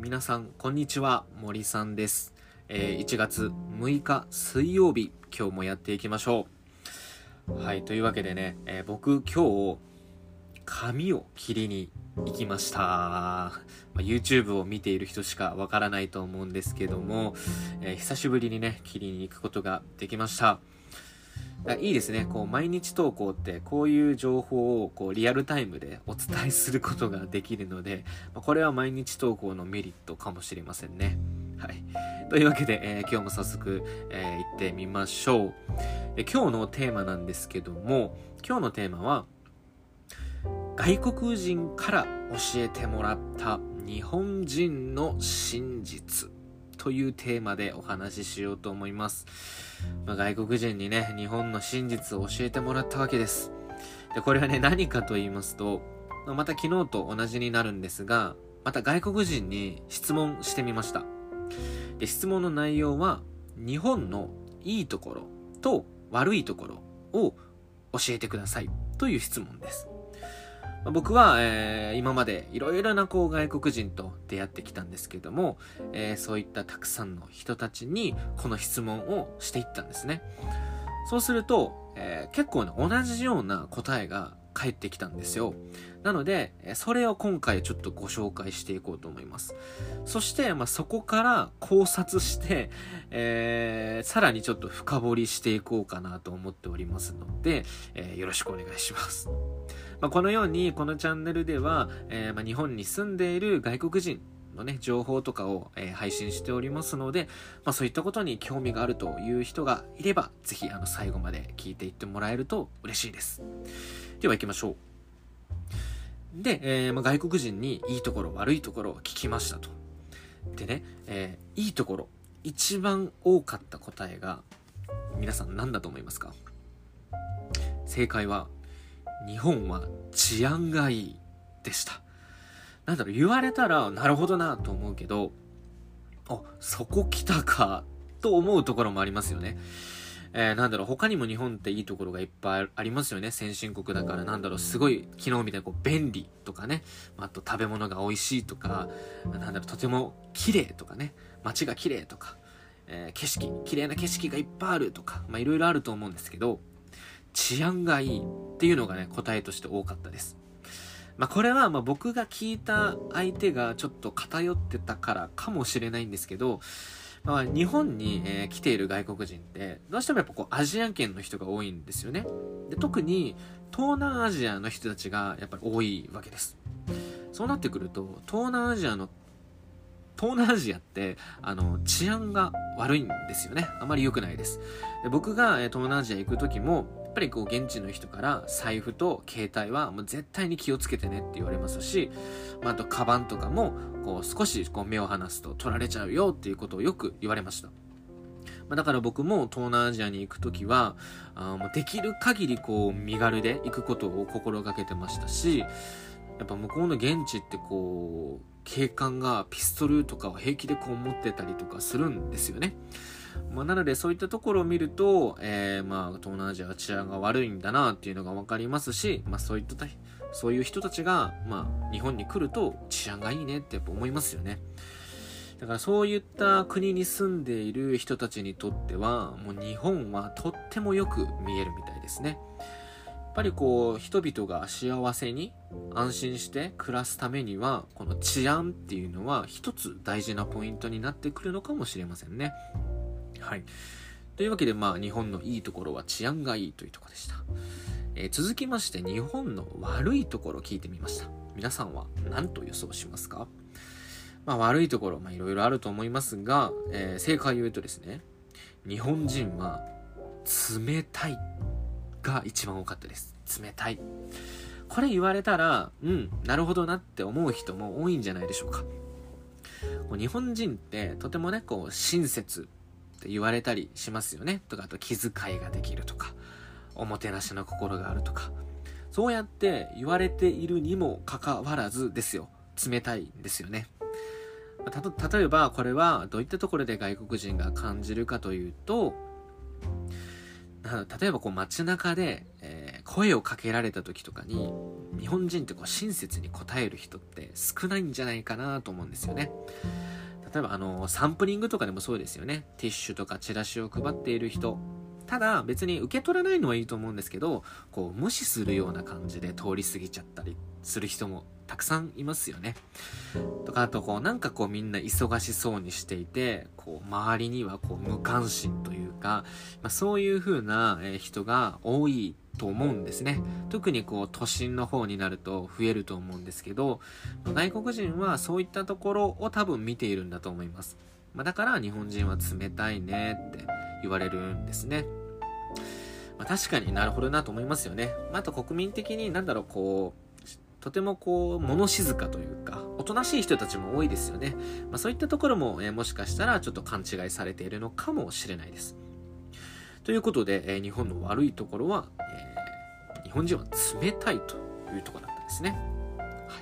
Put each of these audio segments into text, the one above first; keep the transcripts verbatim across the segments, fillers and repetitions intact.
皆さんこんにちは、森さんです。えー、いちがつむいか水曜日、今日もやっていきましょう。はい、というわけでね、えー、僕今日髪を切りに行きました。まあ、YouTube を見ている人しかわからないと思うんですけども、えー、久しぶりにね切りに行くことができました。いいですね。こう毎日投稿ってこういう情報をこうリアルタイムでお伝えすることができるので、これは毎日投稿のメリットかもしれませんね。はい。というわけで、えー、今日も早速、えー、行ってみましょう。え今日のテーマなんですけども、今日のテーマは外国人から教えてもらった日本人の真実というテーマでお話ししようと思います。まあ、外国人にね、日本の真実を教えてもらったわけです。で、これはね、何かと言いますと、まあ、また昨日と同じになるんですが、また外国人に質問してみました。で、質問の内容は、日本のいいところと悪いところを教えてくださいという質問です。僕は、えー、今までいろいろなこう外国人と出会ってきたんですけども、えー、そういったたくさんの人たちにこの質問をしていったんですね。そうすると、えー、結構ね同じような答えが返ってきたんですよ。なのでそれを今回ちょっとご紹介していこうと思います。そして、まあ、そこから考察して、えー、さらにちょっと深掘りしていこうかなと思っておりますので、えー、よろしくお願いします。まあ、このようにこのチャンネルでは、えーまあ、日本に住んでいる外国人のね情報とかを、えー、配信しておりますので、まあ、そういったことに興味があるという人がいればぜひあの最後まで聞いていってもらえると嬉しいです。では行きましょう。で、えーまあ、外国人にいいところ悪いところを聞きましたと。でね、えー、いいところ一番多かった答えが皆さん何だと思いますか？正解は日本は治安がいいでした。なんだろう、言われたらなるほどなと思うけど、あ、そこ来たかと思うところもありますよね。えー、なんだろう、他にも日本っていいところがいっぱいありますよね。先進国だから、なんだろう、すごい昨日みたいにこう便利とかね、あと食べ物が美味しいとか、なんだろう、とても綺麗とかね、街が綺麗とか、えー、景色綺麗な景色がいっぱいあるとか、まあいろいろあると思うんですけど、治安がいいっていうのがね答えとして多かったです。まあこれはまあ僕が聞いた相手がちょっと偏ってたからかもしれないんですけど、まあ、日本に、えー、来ている外国人ってどうしてもやっぱこうアジア圏の人が多いんですよね。で特に東南アジアの人たちがやっぱり多いわけです。そうなってくると東南アジアの東南アジアってあの治安が悪いんですよね。あまり良くないです。で僕が、えー、東南アジア行く時もやっぱりこう現地の人から財布と携帯はもう絶対に気をつけてねって言われますし、まあ、あとカバンとかもこう少しこう目を離すと取られちゃうよっていうことをよく言われました。まあ、だから僕も東南アジアに行くときはあもうできる限りこう身軽で行くことを心がけてましたし、やっぱ向こうの現地ってこう警官がピストルとかを平気でこう持ってたりとかするんですよね。まあ、なのでそういったところを見ると、えー、まあ東南アジアは治安が悪いんだなっていうのが分かりますし、まあ、そういったそういう人たちが、まあ、日本に来ると治安がいいねってやっぱ思いますよね。だからそういった国に住んでいる人たちにとってはもう日本はとってもよく見えるみたいですね。やっぱりこう人々が幸せに安心して暮らすためにはこの治安っていうのは一つ大事なポイントになってくるのかもしれませんね。はい。というわけで、まあ、日本のいいところは治安がいいというところでした。えー、続きまして、日本の悪いところを聞いてみました。皆さんは何と予想しますか？まあ、悪いところ、まあ、いろいろあると思いますが、えー、正解を言うとですね、日本人は冷たいが一番多かったです。冷たい。これ言われたら、うん、なるほどなって思う人も多いんじゃないでしょうか。日本人ってとてもね、こう、親切って言われたりしますよね。とか、あと気遣いができるとか、おもてなしの心があるとか、そうやって言われているにもかかわらずですよ、冷たいんですよね。たと例えばこれはどういったところで外国人が感じるかというと、例えばこう街中で、えー、 声をかけられた時とかに日本人ってこう親切に答える人って少ないんじゃないかなと思うんですよね。例えばあのサンプリングとかでもそうですよね。ティッシュとかチラシを配っている人、ただ別に受け取らないのはいいと思うんですけど、こう無視するような感じで通り過ぎちゃったりする人もたくさんいますよね。とかあとこうなんかこうみんな忙しそうにしていて、こう周りにはこう無関心というか、まあ、そういう風な人が多いと思うんですね。特にこう都心の方になると増えると思うんですけど、外国人はそういったところを多分見ているんだと思います。まあ、だから日本人は冷たいねって言われるんですね。まあ、確かになるほどなと思いますよね。まあ、あと国民的になんだろう、こうとてもこう物静かというかおとなしい人たちも多いですよね。まあ、そういったところも、えー、もしかしたらちょっと勘違いされているのかもしれないです。ということで、えー、日本の悪いところは、えー、日本人は冷たいというところだったんですね。はい、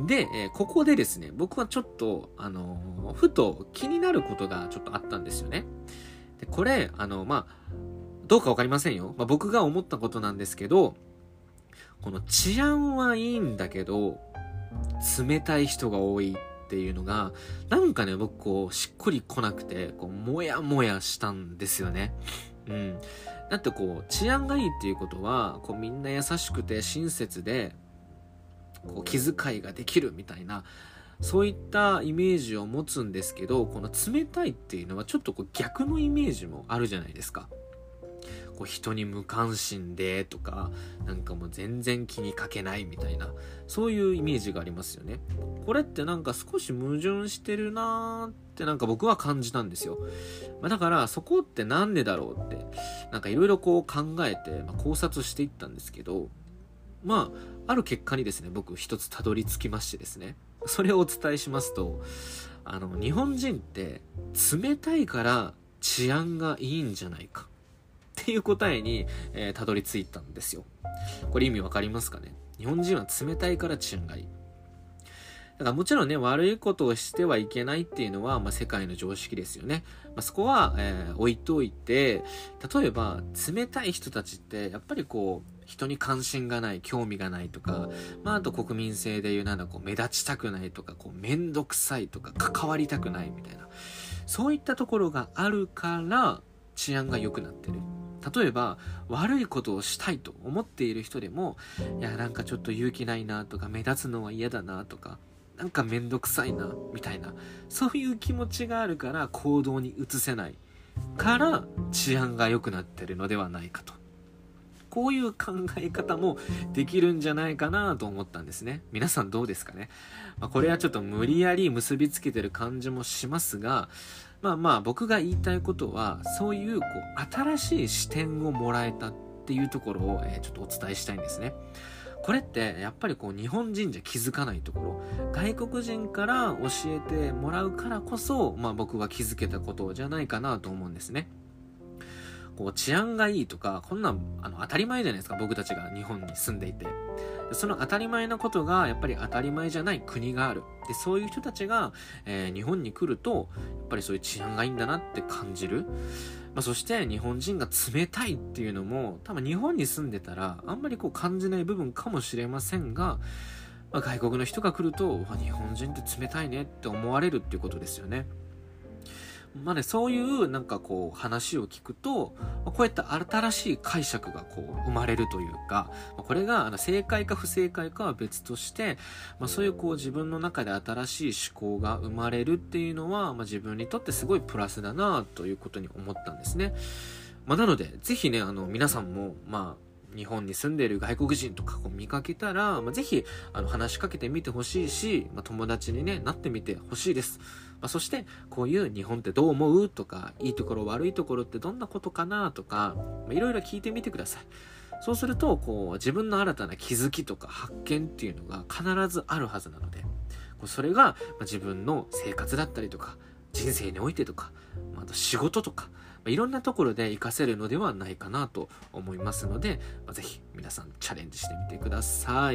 で、えー、ここでですね、僕はちょっと、あのー、ふと気になることがちょっとあったんですよね。でこれ、あの、まあ、どうかわかりませんよ。まあ、僕が思ったことなんですけど、この治安はいいんだけど冷たい人が多いっていうのがなんかね、僕こうしっくりこなくて、こうもやもやしたんですよね。うん。だってこう治安がいいっていうことはこうみんな優しくて親切でこう気遣いができるみたいな、そういったイメージを持つんですけど、この冷たいっていうのはちょっとこう逆のイメージもあるじゃないですか。こう人に無関心でとか、なんかもう全然気にかけないみたいな、そういうイメージがありますよね。これってなんか少し矛盾してるなーってなんか僕は感じたんですよ。まあ、だからそこってなんでだろうってなんかいろいろこう考えて、まあ、考察していったんですけど、まあある結果にですね、僕一つたどり着きましてですね、それをお伝えしますと、あの日本人って冷たいから治安がいいんじゃないかっていう答えに、えー、たどり着いたんですよ。これ意味わかりますかね。日本人は冷たいから治安がいい。だからもちろんね、悪いことをしてはいけないっていうのは、まあ、世界の常識ですよね。まあ、そこは、えー、置いといて、例えば冷たい人たちってやっぱりこう人に関心がない、興味がないとか、まあ、あと国民性でいうなんだこう目立ちたくないとか、こうめんどくさいとか関わりたくないみたいな、そういったところがあるから治安が良くなってる。例えば悪いことをしたいと思っている人でも、いやなんかちょっと勇気ないなとか、目立つのは嫌だなとか、なんかめんどくさいなみたいな、そういう気持ちがあるから行動に移せないから治安が良くなってるのではないかと、こういう考え方もできるんじゃないかなと思ったんですね。皆さんどうですかね。まあ、これはちょっと無理やり結びつけてる感じもしますが、まあまあ僕が言いたいことは、そういうこう新しい視点をもらえたっていうところを、えー、ちょっとお伝えしたいんですね。これってやっぱりこう日本人じゃ気づかないところ、外国人から教えてもらうからこそ、まあ僕は気づけたことじゃないかなと思うんですね。こう治安がいいとか、こんなんあの当たり前じゃないですか。僕たちが日本に住んでいて、その当たり前なことがやっぱり当たり前じゃない国がある。でそういう人たちが、えー、日本に来るとやっぱりそういう治安がいいんだなって感じる。まあ、そして日本人が冷たいっていうのも多分日本に住んでたらあんまりこう感じない部分かもしれませんが、まあ、外国の人が来ると日本人って冷たいねって思われるっていうことですよね。まあね、そういうなんかこう話を聞くと、こういった新しい解釈がこう生まれるというか、これが正解か不正解かは別として、まあ、そういうこう自分の中で新しい思考が生まれるっていうのは、まあ、自分にとってすごいプラスだなということに思ったんですね。まあ、なのでぜひね、あの皆さんもまあ日本に住んでいる外国人とかを見かけたら、まあ、ぜひあの話しかけてみてほしいし、まあ、友達に、ね、なってみてほしいです。まあ、そしてこういう日本ってどう思うとか、いいところ悪いところってどんなことかなとか、いろいろ聞いてみてください。そうするとこう自分の新たな気づきとか発見っていうのが必ずあるはずなので、それが自分の生活だったりとか人生においてとか、あと仕事とかいろんなところで活かせるのではないかなと思いますので、ぜひ皆さんチャレンジしてみてください。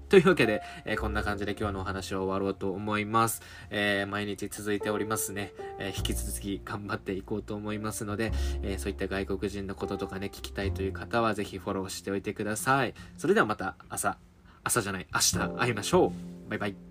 というわけで、えーこんな感じで今日のお話を終わろうと思います。えー毎日続いておりますね。えー引き続き頑張っていこうと思いますので、えーそういった外国人のこととかね、聞きたいという方はぜひフォローしておいてください。それではまた朝、朝じゃない、明日会いましょう。バイバイ。